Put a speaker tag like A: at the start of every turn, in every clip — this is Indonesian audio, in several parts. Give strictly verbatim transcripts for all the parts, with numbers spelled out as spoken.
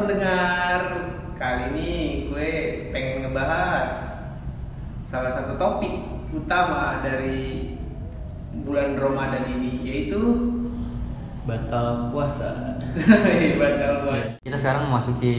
A: pendengar, kali ini gue pengen ngebahas salah satu topik utama dari bulan Ramadan ini, yaitu
B: batal puasa.
A: batal puasa.
B: Kita sekarang memasuki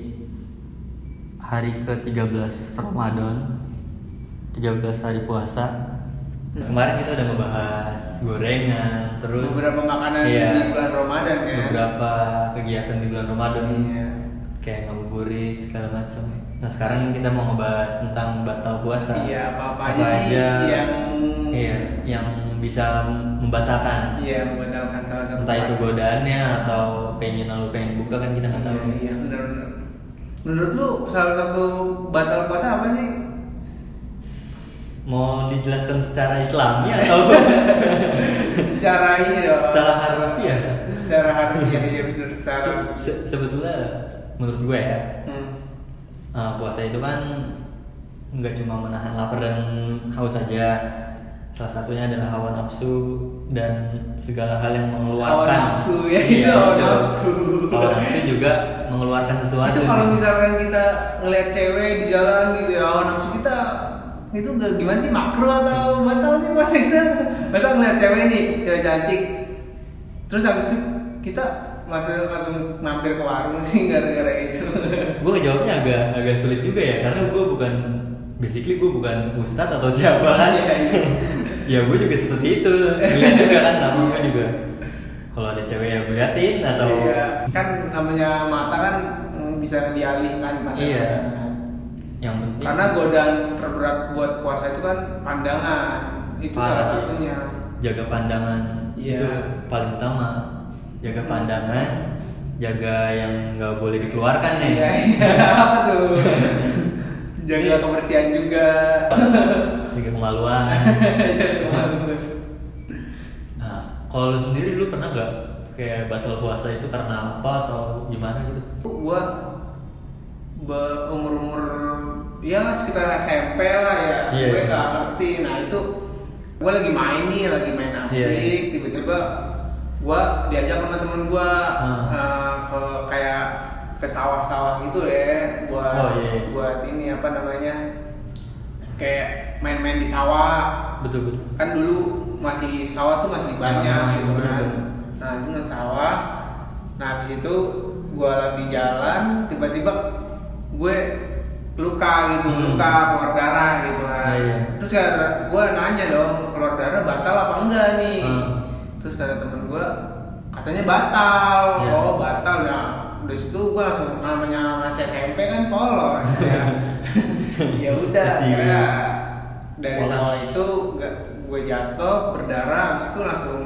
B: hari ke tiga belas Ramadan, tiga belas hari puasa. Kemarin kita udah ngebahas gorengan, terus
A: beberapa makanan
B: iya,
A: di bulan Ramadan kan.
B: Beberapa kegiatan di bulan Ramadan.
A: Iya.
B: Kayak ngabuburit segala macam. Nah, sekarang kita mau ngebahas tentang batal puasa.
A: Iya, apa-apa
B: Apa
A: aja sih
B: aja,
A: yang
B: iya, yang bisa membatalkan.
A: Iya, membatalkan salah satu
B: Entah itu
A: puasa.
B: godaannya atau keinginan lu pengen buka, kan kita nggak tahu.
A: Iya, iya, benar-benar. Menurut lu salah satu batal puasa apa sih?
B: Mau dijelaskan secara Islami atau
A: Secara ini dong.
B: secara harfiah?
A: Secara harfiah, ya benar. Secara
B: Se- sebetulnya menurut gue ya,
A: hmm.
B: uh, puasa itu kan nggak cuma menahan lapar dan haus saja. Salah satunya adalah hawa nafsu dan segala hal yang mengeluarkan
A: Hawa nafsu, ya,
B: iya,
A: itu hawa
B: itu.
A: nafsu.
B: Hawa nafsu juga mengeluarkan sesuatu.
A: Itu kalau misalkan kita ngelihat cewek di jalan gitu, ya, hawa nafsu kita itu gak gimana sih, makruh atau batal sih mas kita? Masa ngeliat cewek nih, cewek cantik, terus habis itu kita langsung langsung mampir ke warung sih gara-gara itu.
B: Gue jawabnya agak agak sulit juga ya, karena gue bukan basically gue bukan ustadz atau siapa kan. Ya gue juga seperti itu, lihat juga kan sama gue juga. Kalau ada cewek yang gue liatin atau
A: Iya, kan namanya mata kan mm, bisa dialihkan pada.
B: Iya. Yang penting
A: Karena godaan terberat buat puasa itu kan pandangan, itu
B: Parah
A: salah
B: sih.
A: satunya.
B: jaga pandangan.
A: Iya.
B: Itu paling utama. Jaga pandangan, jaga yang nggak boleh dikeluarkan ya.
A: Iya, iya. Apa tuh? Jaga kebersihan juga.
B: Jaga kemaluan. Nah, kalau lu sendiri lu pernah nggak kayak batal puasa itu karena apa atau gimana gitu?
A: Gua umur umur ya sekitar S M P lah ya.
B: Iya,
A: Gue
B: iya.
A: nggak ngerti. Nah itu gue lagi main nih, lagi main asik.
B: Iya, iya.
A: Tiba-tiba gue diajak sama temen gue
B: Hmm.
A: uh, ke kayak ke sawah-sawah gitu ya, buat
B: Oh, iya.
A: buat ini apa namanya, kayak main-main di sawah.
B: Betul betul.
A: Kan dulu masih sawah tuh masih banyak
B: Ah,
A: gitu kan.
B: bener-bener.
A: Nah itu kan sawah. Nah habis itu gue lagi jalan, tiba-tiba gue luka gitu,
B: Hmm.
A: luka keluar darah gitu kan.
B: Iya, iya.
A: Terus gue nanya dong, keluar darah batal apa enggak nih?
B: Hmm.
A: Terus kata temen gue, katanya batal.
B: Iya.
A: Oh batal. Nah dari situ gue langsung, namanya masih S M P kan polos. Ya, ya udah.
B: Masih
A: Ya. Dari
B: polos.
A: sawah itu gak, gue jatuh berdarah, habis itu langsung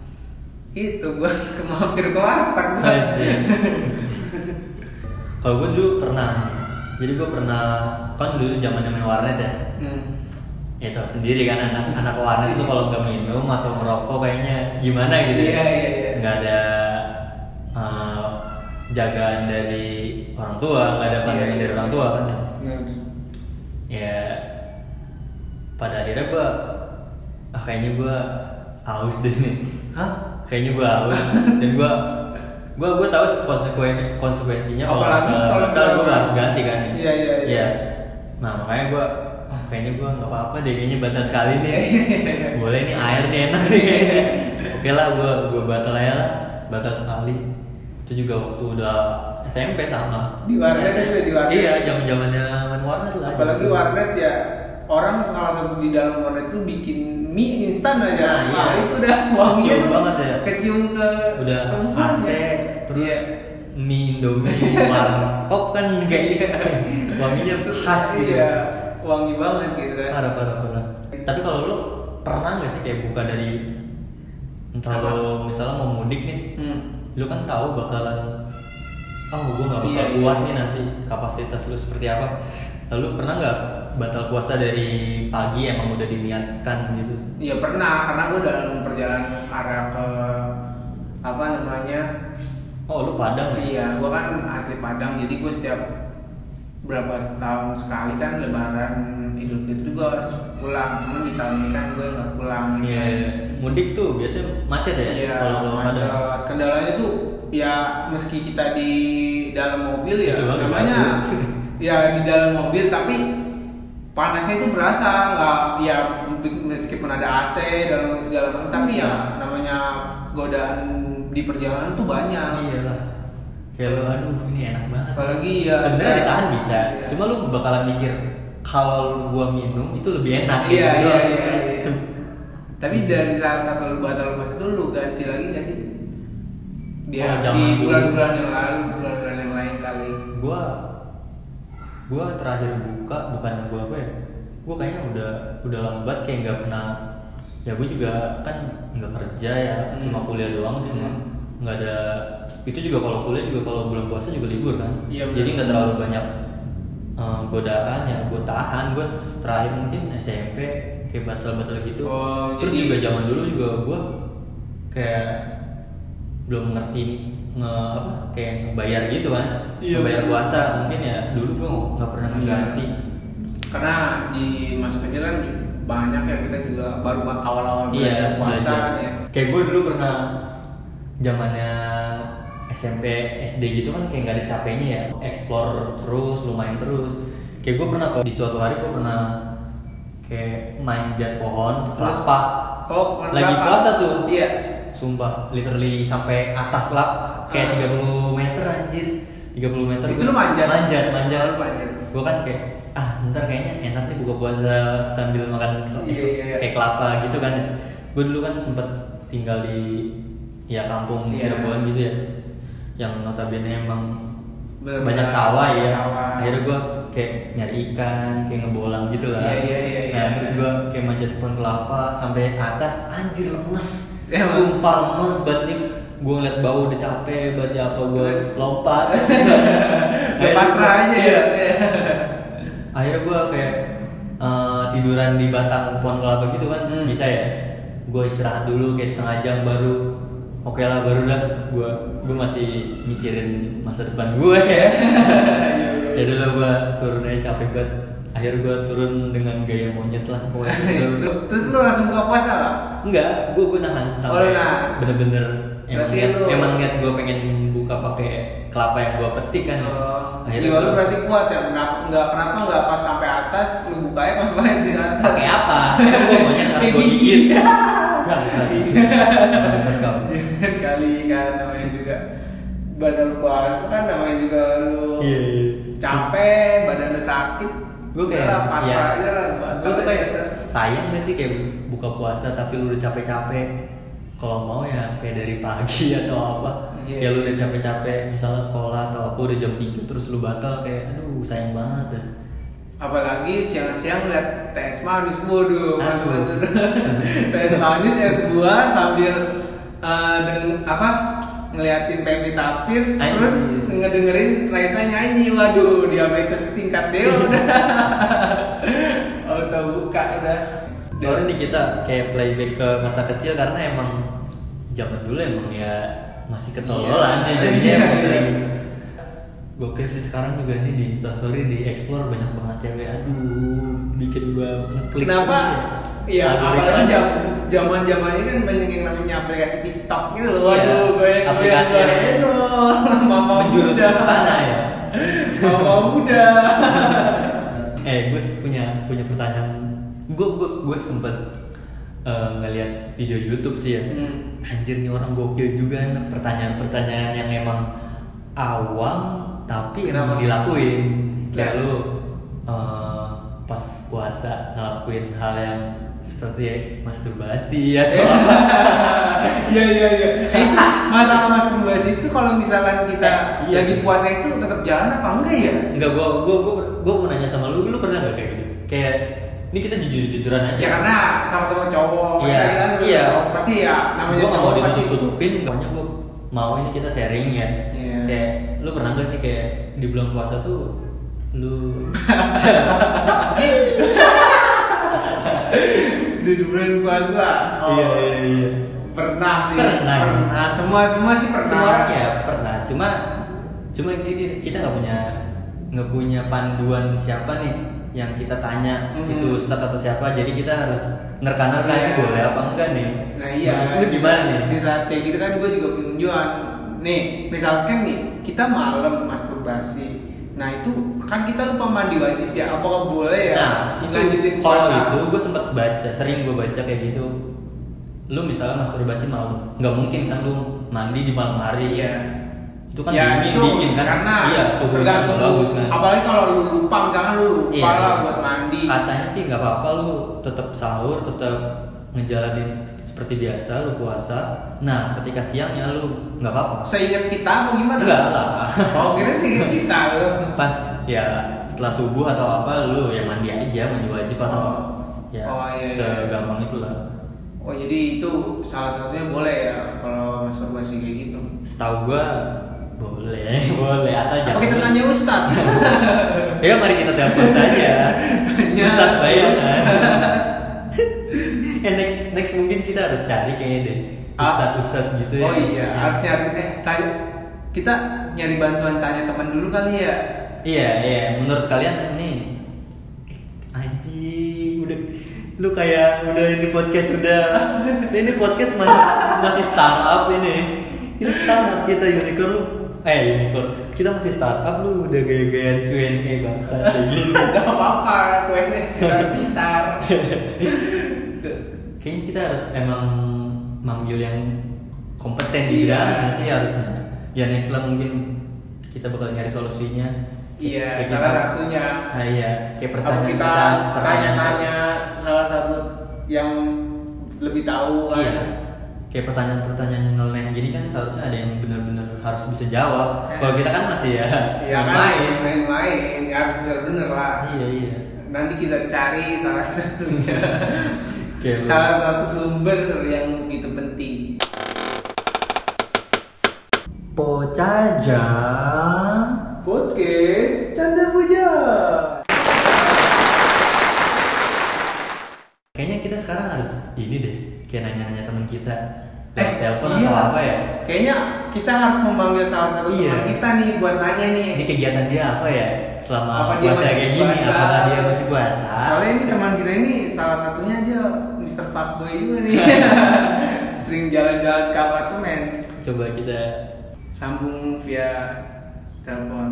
A: itu gue mampir ke warteg.
B: Asik. Kalau gue dulu pernah, jadi gue pernah kan dulu zaman main warnet ya.
A: Hmm.
B: Ya tau sendiri kan, anak anak warnet itu kalau nggak minum atau merokok kayaknya gimana gitu ya.
A: Iya, iya, iya.
B: Nggak ada uh, jagaan dari orang tua, nggak ada pandangan
A: Iya, iya.
B: dari orang tua kan.
A: Hmm.
B: Ya pada akhirnya gue, ah kayaknya gue haus deh nih.
A: Hah?
B: Kayaknya gue haus dan gue gue gue tahu konsekuen konsekuensinya kalau
A: Apalagi
B: misalnya
A: kalau
B: batal gue
A: misalnya-
B: harus ganti kan.
A: Iya, iya, iya.
B: Nah makanya gue, oh, kayaknya gue nggak apa-apa deh, kayaknya batal sekali nih. Boleh nih, air nih enak nih kayaknya. Oke lah, gue gue batal aja lah, batal sekali. Itu juga waktu udah S M P sama.
A: Di warnet
B: S M P.
A: juga, di warnet.
B: Iya, zaman zamannya main warnet lah.
A: Apalagi warnet ya, orang salah satu di dalam warnet itu bikin mie instan aja.
B: Nah, iya.
A: Ah, itu udah wanginya
B: Kecium
A: tuh
B: banget ya.
A: kecium ke
B: Udah
A: semua
B: A C,
A: ya.
B: terus
A: Iya.
B: mie Indomie warkop kan kayaknya wanginya khas gitu.
A: Iya, wangi banget gitu kan.
B: Parah parah parah. Tapi kalau lu pernah nggak sih kayak buka dari entah
A: Apa?
B: lo misalnya mau mudik nih,
A: Hmm.
B: lu kan tahu bakalan, oh gue nggak bakal
A: Iya, iya.
B: kuat nih nanti kapasitas lu seperti apa. Lalu pernah nggak batal puasa dari pagi emang udah diniatkan gitu?
A: Iya pernah, karena gue dalam perjalanan arah ke apa namanya.
B: Oh lu Padang ya?
A: Iya, gua kan asli Padang, jadi gue setiap berapa tahun sekali kan Lebaran Idul Fitri gue harus pulang. Cuman di tahun ini kan gue nggak pulang. Gitu.
B: Iya, mudik tuh biasanya macet ya?
A: Iya,
B: Kalau ke Padang.
A: macet. Kendalanya tuh ya meski kita di dalam mobil ya
B: Coba
A: namanya ya di dalam mobil tapi panasnya itu berasa nggak ya meskipun ada A C dalam segala macam tapi ya namanya godaan di perjalanan tuh banyak.
B: Iya lah. Kayak lo aduh ini enak banget.
A: Apalagi ya
B: sebenarnya ditahan bisa.
A: Iya.
B: Cuma lu bakalan mikir kalau gua minum itu lebih enak
A: Iya,
B: gitu
A: iya,
B: doang.
A: iya, iya. Tapi dari salah satu lu batal lepas itu lu ganti lagi nggak sih? Dia
B: Oh, zaman
A: di
B: dulu.
A: bulan-bulan yang lalu, bulan-bulan yang lain kali.
B: Gua gua terakhir buka bukan gua apa ya? Gua kayaknya udah udah lama banget kayak nggak pernah. Ya gua juga kan nggak kerja ya,
A: Hmm.
B: cuma kuliah doang,
A: Hmm.
B: cuma nggak ada. Itu juga kalau kuliah juga kalau bulan puasa juga libur kan.
A: Iya,
B: Jadi
A: benar.
B: nggak terlalu banyak eh, godaan ya. Gua tahan. Gua terakhir mungkin S M P kayak batal-batal gitu.
A: Oh,
B: Terus
A: jadi-
B: juga zaman dulu juga gua kayak belum ngerti nge apa kayak ngebayar gitu kan.
A: Iya,
B: Ngebayar
A: benar.
B: puasa mungkin ya dulu gua nggak pernah
A: Iya.
B: ngeganti.
A: Karena di masa kecil kan banyak ya kita juga baru awal-awal
B: Iya,
A: belajar puasa
B: belajar.
A: ya.
B: Kayak gue dulu pernah zamannya S M P, S D gitu kan kayak nggak ada capeknya ya, explore terus, lumayan terus. Kayak gue pernah kok di suatu hari gue pernah kayak manjat pohon kelapa.
A: Oh, pohon
B: Lagi
A: kelapa.
B: puasa tuh.
A: Iya.
B: Sumpah, literally sampai atas lap kayak
A: Ah.
B: tiga puluh meter anjir. tiga puluh meter.
A: Itu
B: gua-
A: lu manjat?
B: Manjat, manjat.
A: Oh, lu manjat.
B: Gue kan kayak ah ntar kayaknya enak nih buka puasa sambil makan
A: Iya, iya, iya.
B: kayak kelapa gitu kan. Gue dulu kan sempet tinggal di ya kampung
A: Iya.
B: Cirebon gitu ya, yang notabene emang
A: Bener-bener
B: banyak sawah ya.
A: sawah.
B: Akhirnya gue kayak nyari ikan, kayak ngebolang gitu lah.
A: Iya, iya, iya,
B: Nah
A: iya.
B: terus gue kayak manjat pohon kelapa sampai atas, anjir lemes.
A: Emang?
B: Sumpah lemes banget nih. Gue ngeliat bau udah capek banget ya apa gue
A: Terus?
B: lompat.
A: Ya pasrah aja ya.
B: Iya. Akhirnya gue kayak eh, tiduran di batang pohon kelapa gitu kan.
A: Hmm.
B: Bisa ya. Gue istirahat dulu kayak setengah jam baru oke lah baru dah gue gue masih mikirin masa depan gue ya. Ya dulu gue turun aja capek banget. Akhirnya gue turun dengan gaya monyet lah pokoknya.
A: Terus lu langsung buka puasa lah?
B: Enggak, gue gue nahan
A: Oh,
B: sampai
A: lu nahan.
B: bener-bener emang
A: Berarti
B: niat,
A: lu-
B: emang niat gue pengen buka pakai kelapa yang gue petik kan.
A: Oh,
B: Akhirnya
A: jiwa lu
B: gua-
A: berarti kuat ya? Kenapa nggak kenapa nggak pas sampai atas lu bukanya pas banget di atas?
B: pakai apa? Emang gue monyet harus gue gigit. Enggak, enggak bisa. Bisa kau.
A: Kali kan namanya juga badan puasa kan namanya juga lu
B: Iya, iya.
A: capek, badan lu sakit.
B: Gue kayak
A: Udah lah, pasrah
B: ya,
A: aja lah.
B: gue tuh
A: batal
B: kayak
A: aja atas.
B: sayang gak sih kayak buka puasa tapi lu udah capek-capek. Kalau mau ya kayak dari pagi atau apa.
A: Iya.
B: Kayak lu udah capek-capek misalnya sekolah atau apa udah jam tiga terus lu batal kayak aduh sayang banget dah.
A: Apalagi siang-siang lihat tes manis, waduh,
B: Aduh.
A: mantap tes manis es buah sambil uh, deng apa ngeliatin Pevita Pierce,
B: Anjir.
A: terus ngedengerin Raisa nyanyi, waduh, diabetes tingkat dewa udah, auto buka udah.
B: Soalnya nih kita kayak playback ke masa kecil karena emang zaman dulu emang ya masih ketololan
A: Iya.
B: ya jadinya
A: Iya,
B: emang
A: iya.
B: sering. Gokil sih sekarang juga nih di Instastory di explore banyak banget cewek, aduh bikin gua ngeklik.
A: Kenapa? Iya,
B: Algoritma.
A: apalagi jam zaman zamannya kan banyak yang namanya aplikasi TikTok gitu loh.
B: Iya,
A: Waduh, gue yang
B: aplikasi
A: gue
B: yang
A: yang mama
B: menjurus
A: muda.
B: ke sana ya.
A: Mama muda.
B: Eh, gue punya punya pertanyaan. Gue gue gue sempet eh, ngeliat video YouTube sih ya.
A: Hmm.
B: Anjir nih orang gokil juga nih, pertanyaan-pertanyaan yang emang awam tapi emang
A: Kenapa?
B: dilakuin. Kayak
A: Ya.
B: lu eh, pas puasa ngelakuin hal yang seperti masturbasi atau apa.
A: Iya iya iya. Eh, itu masalah masturbasi itu kalau misalnya kita
B: Eh, iya.
A: lagi puasa itu tetap jalan apa enggak ya?
B: Enggak, gue gue gue gue mau nanya sama lu, lu pernah gak kayak gitu? Kayak ini kita jujur-jujuran aja.
A: Ya karena sama-sama cowok,
B: Iya,
A: kita sama-sama
B: iya.
A: cowok. Pasti ya namanya
B: Gue gak mau
A: cowok pasti.
B: ditutup-tutupin, pokoknya gue mau ini kita sharing ya.
A: Iya.
B: Kayak lu pernah gak sih kayak di bulan puasa tuh lu
A: Di bulan puasa.
B: Iya, iya, iya.
A: Pernah sih.
B: Pernah.
A: Pernah. Semua semua sih pernah.
B: Semua orang ya pernah, cuma cuma kita kita nggak punya nggak punya panduan siapa nih yang kita tanya
A: Hmm.
B: itu ustadz atau siapa, jadi kita harus nerka-nerka ini
A: Iya.
B: boleh apa enggak nih.
A: Nah iya.
B: Itu gimana nih?
A: Di saat kayak gitu kan gue juga penjuan nih misalkan nih kita malam masturbasi. Nah itu kan kita lupa mandi wajib ya. Apakah boleh ya?
B: Nah itu
A: lanjutin
B: kalau
A: puasa?
B: itu gue sempet baca, sering gue baca kayak gitu. Lu misalnya masturbasi malam, nggak mungkin kan lu mandi di malam hari.
A: Iya.
B: Itu kan
A: ya,
B: dingin
A: itu
B: dingin kan?
A: Karena
B: iya suhunya
A: tergantung
B: bagus kan.
A: Apalagi kalau lu lupa, misalkan lu lupa
B: Iya,
A: lah
B: iya.
A: buat mandi.
B: Katanya sih nggak apa-apa, lu tetap sahur, tetap ngejalanin seperti biasa, lu puasa. Nah ketika siangnya lu nggak apa-apa.
A: Seingat kita apa gimana?
B: Enggak lah.
A: Oh kira seingat kita lu.
B: Pas ya setelah subuh atau apa lu ya mandi aja, mandi wajib atau
A: Oh.
B: ya
A: Oh, iya, iya.
B: segampang itulah.
A: Oh jadi itu salah satunya boleh ya kalau masturbasi kayak gitu.
B: Setahu gua boleh, boleh asal
A: Apa
B: jangan.
A: kita tanya Ustadz?
B: Ya mari kita telepon saja. Ustaz bayangan. eh next next mungkin kita harus cari kayaknya deh. Ustadz Ustadz gitu ya.
A: Oh iya,
B: Ya.
A: harus nyari eh tanya kita nyari bantuan tanya teman dulu kali ya.
B: Iya iya. Menurut kalian nih, anjing udah lu kayak udah ini podcast udah ini podcast masih masih startup ini. Ini startup kita unicorn lu. Eh unicorn. Kita masih startup lu udah gaya-gayaan Q and A bangsa kayak gini.
A: Gak apa-apa, Q and A sekitar pintar.
B: Kayaknya kita harus emang manggil yang kompeten di bidangnya sih harusnya. Ya next lah mungkin kita bakal nyari solusinya.
A: Iya,
B: Kayak
A: salah
B: kita-
A: satunya.
B: Ah iya, kayak
A: Apa
B: pertanyaan
A: kita tanya-tanya salah satu yang lebih tahu kan?
B: Iya. Kayak pertanyaan-pertanyaan nyeleneh gini kan seharusnya ada yang benar-benar harus bisa jawab.
A: Eh.
B: Kalau kita kan masih ya
A: Iya kan,
B: main.
A: main-main, ya harus bener-bener lah.
B: Iya iya.
A: Nanti kita cari salah satunya.
B: Kayak
A: Salah satu sumber yang begitu penting.
B: Pocaja
A: Podcast Canda Puja.
B: Kayaknya kita sekarang harus ini deh, kayak nanya-nanya teman kita lewat
A: Eh,
B: telepon
A: iya.
B: atau apa ya?
A: Kayaknya kita harus memanggil salah satu
B: Iya.
A: teman kita nih buat nanya nih.
B: Ini kegiatan dia apa ya selama
A: Apa dia
B: puasa
A: masih
B: kayak gini?
A: puasa?
B: Apakah dia masih puasa?
A: Soalnya ini teman kita ini salah satunya aja mister Fuckboy juga nih. Sering jalan-jalan ke apartemen.
B: Coba kita
A: Sambung via telepon.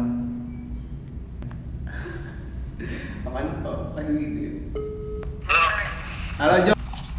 A: Apaan? Oh, lagi gitu. Halo Jo.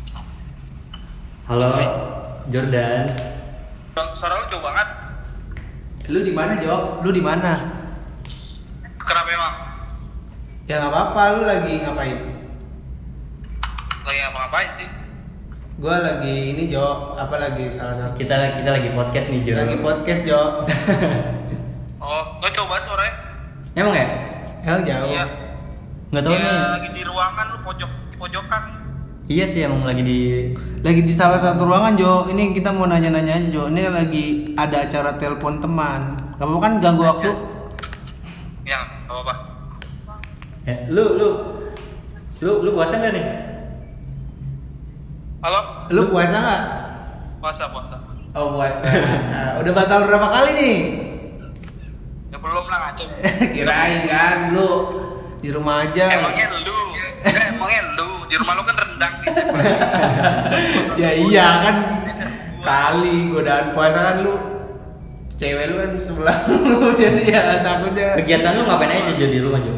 B: Halo Jordan.
C: Suara lu jauh banget.
A: Lu di mana Jo? Lu di mana?
C: Kenapa emang?
A: Ya nggak apa-apa. Lu lagi ngapain?
C: Lagi ngapa-ngapain sih?
A: Gua lagi ini Jo. Apa lagi salah satu?
B: Kita kita lagi podcast nih Jo.
A: Lagi podcast Jo.
C: Oh, gak jauh banget suaranya.
B: Emang ya?
A: El jauh.
C: Iya.
B: Nggak tahu
C: Iya,
B: nih.
C: lagi di ruangan lu pojok di pojokan.
B: Iya sih emang lagi di.
A: Lagi di salah satu ruangan Jo. Ini kita mau nanya-nanya aja Jo. Ini lagi ada acara telepon teman. Gak apa-apa kan ganggu waktu?
C: Ya, gak apa-apa.
B: Eh, lu lu lu lu puasa nggak nih?
C: Halo?
A: Lu puasa nggak?
C: Puasa, puasa.
A: Oh puasa. Nah, udah batal berapa kali nih?
C: Ya belum lah ngaco.
A: Kirain kan lu di rumah aja.
C: Emangnya lu? Eh, emangnya lu? Di rumah lu kan rendang nih.
A: Ya iya kan. Kali godaan puasa kan lu. Cewek lu kan sebelah lu jadi ya takutnya.
B: Kegiatan lu ngapain aja Jo di rumah Jo?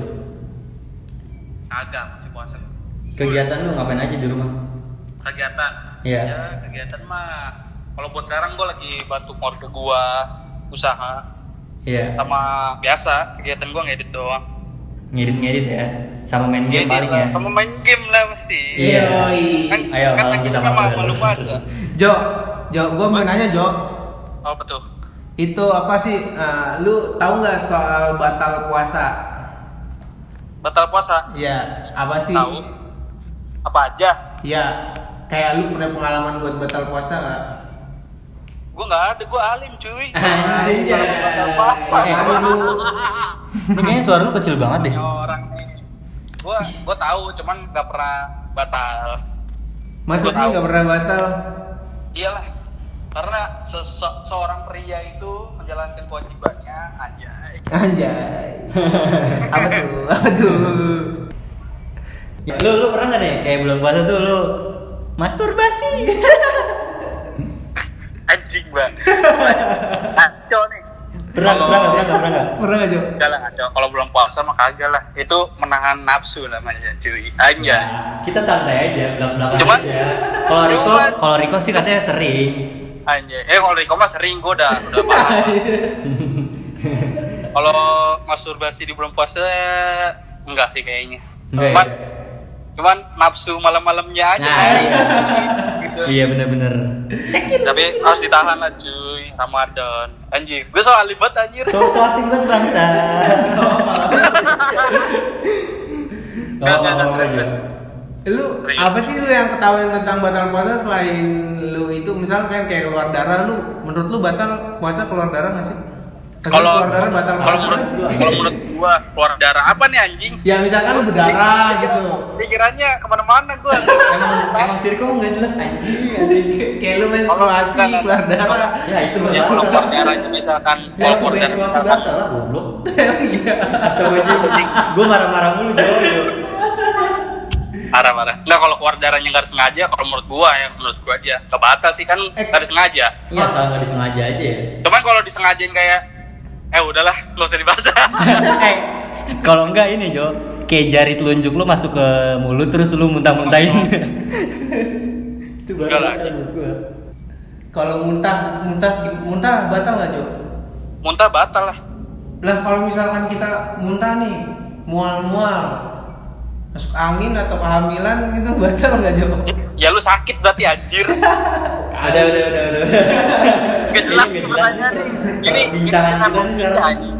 C: Agak masih puasa.
B: Kegiatan lu ngapain aja di rumah?
C: Kegiatan.
B: Iya.
C: Ya, kegiatan mah. Kalau buat sekarang gua lagi bantu keluarga gua usaha.
B: Iya.
C: Sama biasa kegiatan gua ngedit doang.
B: Ngedit-ngedit ya. Sama main game
C: Ngedit
B: paling
C: lah,
B: ya.
C: sama main game lah pasti.
B: Iya.
C: Kan,
B: Ayo,
C: kan
B: malam kita
C: sama
B: mabar.
C: malu pada.
A: Jo, Jo, gua mau nanya Jo.
C: Apa tuh?
A: Itu apa sih? Uh, lu tahu nggak soal batal puasa?
C: Batal puasa?
A: Iya, apa sih?
C: Tahu. Apa aja?
A: Iya, kayak lu punya pengalaman buat batal puasa nggak?
C: Gue nggak ada, gue alim cuy.
B: Anjing.
C: Kalau batal puasa.
B: Eh, lu. Lu kayaknya suara lu kecil banget deh.
C: Orang nih. Gue gue tahu, cuman nggak pernah batal.
A: Masa
C: Gua
A: sih
C: tahu.
A: nggak pernah batal?
C: Iyalah. Karena sese- seorang pria itu menjalankan kewajibannya aja.
A: Anjay. Apa tuh? Apa tuh?
B: Lu lu pernah nggak nih kayak bulan puasa tuh lu masturbasi?
C: Anjing. Mbak. Ngaco nih.
B: Pernah,
C: Kalau-
B: pernah, nggak, pernah, nggak, pernah nggak?
A: Pernah nggak Jo?
C: Enggak lah ngaco. Kalau belum puasa mah kagak lah. Itu menahan nafsu namanya, cuy. Aja.
B: Ya, kita santai aja, belak-belakan
C: Cuman-
B: aja. Kalau Riko,
C: cuman-
B: kalau Riko sih katanya sering.
C: Anjay. Eh kalau Riko mah sering gua udah udah paham. Kalau masturbasi di bulan puasa enggak sih kayaknya.
B: Enggak
C: Cuman
B: ya?
C: cuman nafsu malam-malamnya aja.
B: Nah,
C: Bang.
B: iya.
C: Gitu.
B: Iya bener-bener.
C: Tapi harus ditahan lah cuy, Ramadan. Anjir, gue soal libet anjir.
B: So, so asik banget bangsa. Oh,
C: Nggak, nggak, nggak,
B: oh,
C: serius,
B: iya.
C: serius.
A: Lu
C: Serius.
A: apa sih lu yang ketahuan tentang batal puasa selain lu itu misalkan kayak keluar darah lu menurut lu batal puasa keluar darah nggak sih? Maksudnya
C: Kalau
A: keluar darah batal
C: kalau
A: puasa
C: menurut
A: nggak sih?
C: kalau menurut gua keluar darah apa nih anjing?
A: Ya misalkan lu berdarah gitu.
C: Pikirannya kemana-mana gua.
B: Emang, emang si Riko nggak jelas anjing. anjing.
A: Kayak lu menstruasi
C: Kalau-
A: keluar darah.
B: Ya itu
C: Ya kalau
B: batal.
C: keluar darahnya misalkan
B: Ya
C: kalau
B: itu
C: keluar darah
B: menstruasi
C: misalkan
B: batal lah goblok.
A: Iya.
B: Astagfirullahaladzim. Gue marah-marah mulu jauh.
C: parah-parah. Enggak kalau keluar darahnya nggak sengaja, kalau menurut gua ya menurut gua aja nggak batal sih kan
A: Eh.
C: nggak disengaja.
B: Iya, asal nggak disengaja aja ya.
C: Cuman kalau disengajain kayak eh udahlah nggak usah dibahas.
B: Eh, kalau enggak ini Jo, kayak jari telunjuk lu masuk ke mulut terus lu muntah-muntahin. Itu baru
C: Enggak lah.
B: batal menurut gua.
A: Kalau muntah, muntah, muntah batal nggak Jo?
C: Muntah batal lah.
A: Lah kalau misalkan kita muntah nih, mual-mual, masuk angin atau kehamilan gitu batal nggak Jo?
C: Ya lu sakit berarti anjir.
B: Ada, udah, udah, udah.
C: Gak jelas
B: Ini
C: nih
B: nggak
C: pertanyaan
B: jelas.
C: nih. Ini
B: Bincangan
C: ini
B: kita
C: kenapa
B: nih
C: bisa,
B: sekarang.
C: anjing?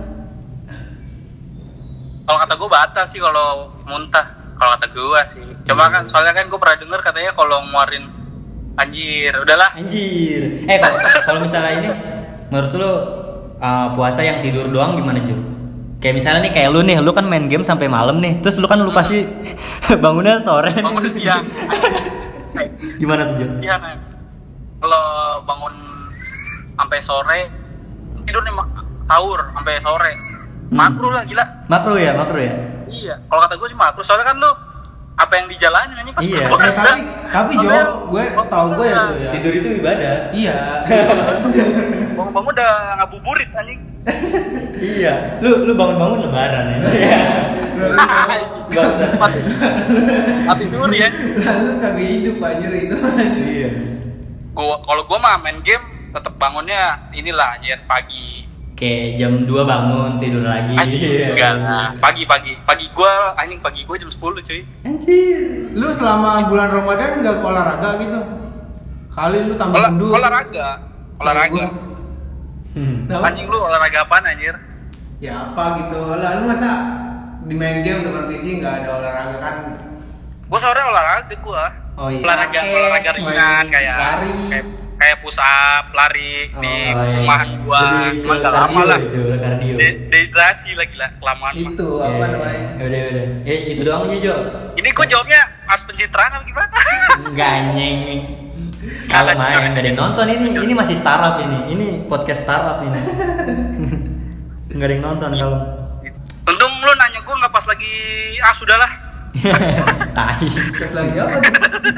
C: Kalau kata gue batal sih kalau muntah. Kalau kata gue sih. Cuma kan soalnya kan gue pernah denger katanya kalau ngeluarin anjir, udahlah.
B: Anjir. Eh, kalau kalau misalnya ini menurut lu uh, puasa yang tidur doang gimana, Jo? Kayak misalnya nih kayak lu nih, lu kan main game sampai malam nih. Terus lu kan lu pasti bangunnya sore. nih.
C: Bangun siang.
B: Gimana tuh, Jo?
C: Iya kan. Kalau bangun sampai sore tidur nih mak- sahur sampai sore. Makruh lah gila.
B: Makro ya, makro ya.
C: Iya. Kalau kata gue sih makruh. Soalnya kan lu apa yang dijalanin anjing pas
B: Iya.
C: berpuasa.
A: Eh, tapi tapi Jo,
C: Soalnya-
A: gue setahu gue ya Jo ya.
B: Tidur itu ibadah.
A: Iya.
C: Bangun-bangun udah ngabuburit anjing.
B: Iya. Lu lu bangun-bangun lebaran aja. Bangsa.
C: mati mati suri ya.
A: Lalu kagak hidup anjir itu.
B: Iya.
C: Gua kalau gua mah main game tetap bangunnya inilah anjir pagi.
B: Kayak jam dua bangun tidur lagi.
C: Anjing
B: Iya.
C: enggak lah. Pagi pagi pagi gua anjing pagi gua jam sepuluh cuy.
B: Anjir.
A: Lu selama bulan Ramadan nggak olahraga gitu? Kali lu tambah
C: Olah,
A: gendut.
C: olahraga. Olahraga.
B: Hmm.
A: Kenapa?
C: Anjing lu olahraga apaan anjir?
A: Ya apa gitu. Lah lu masa di main game depan P C nggak ada olahraga kan?
C: Gua sore olahraga gua.
A: Oh iya.
C: Olahraga
A: Eh,
C: olahraga
A: main
C: ringan kayak
A: lari.
C: kayak kayak push up, lari
A: Oh,
C: di
B: Oh, iya.
C: rumahan gua.
B: Jadi
C: Cuma enggak
B: kardio
C: lama lah.
B: itu, kardio.
C: De- Dehidrasi lagi lah kelamaan mah.
A: Itu apa
B: Iya,
A: namanya?
B: Ya udah, udah. Ya gitu doang aja, Jo.
C: Ini gua jawabnya harus pencitraan apa gimana?
B: Enggak anjing. Kalau main enggak ada yang nonton ini, ini masih startup ini. Ini podcast startup ini. Enggak ada yang nonton kalau.
C: Untung lu nanya gua nggak pas lagi ah sudahlah.
B: Tai.
A: Terus lagi apa tuh?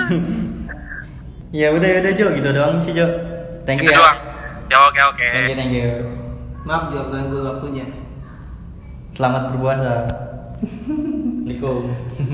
B: Ya udah, udah Jo, gitu doang sih, Jo. Thank you
C: Gitu
B: ya.
C: doang. Ya oke oke.
B: Thank you, thank you.
A: Maaf Jo, ganggu waktunya.
B: Selamat berpuasa. Assalamualaikum.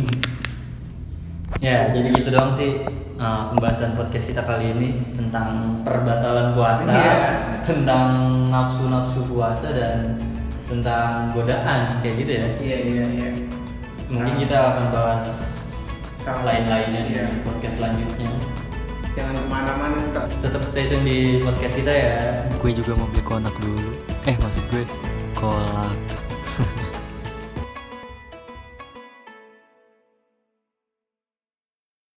B: Ya, jadi gitu doang sih uh, pembahasan podcast kita kali ini tentang perbatalan puasa,
A: Iya.
B: tentang nafsu-nafsu puasa dan tentang godaan kayak gitu ya.
A: Iya iya iya.
B: Mungkin kita akan bahas
A: Sama.
B: lain-lainnya di
A: Iya.
B: podcast selanjutnya.
A: Jangan kemana-mana tetap.
B: Tetap stay tune di podcast kita ya. Gue juga mau beli konak dulu. Eh maksud gue kolak.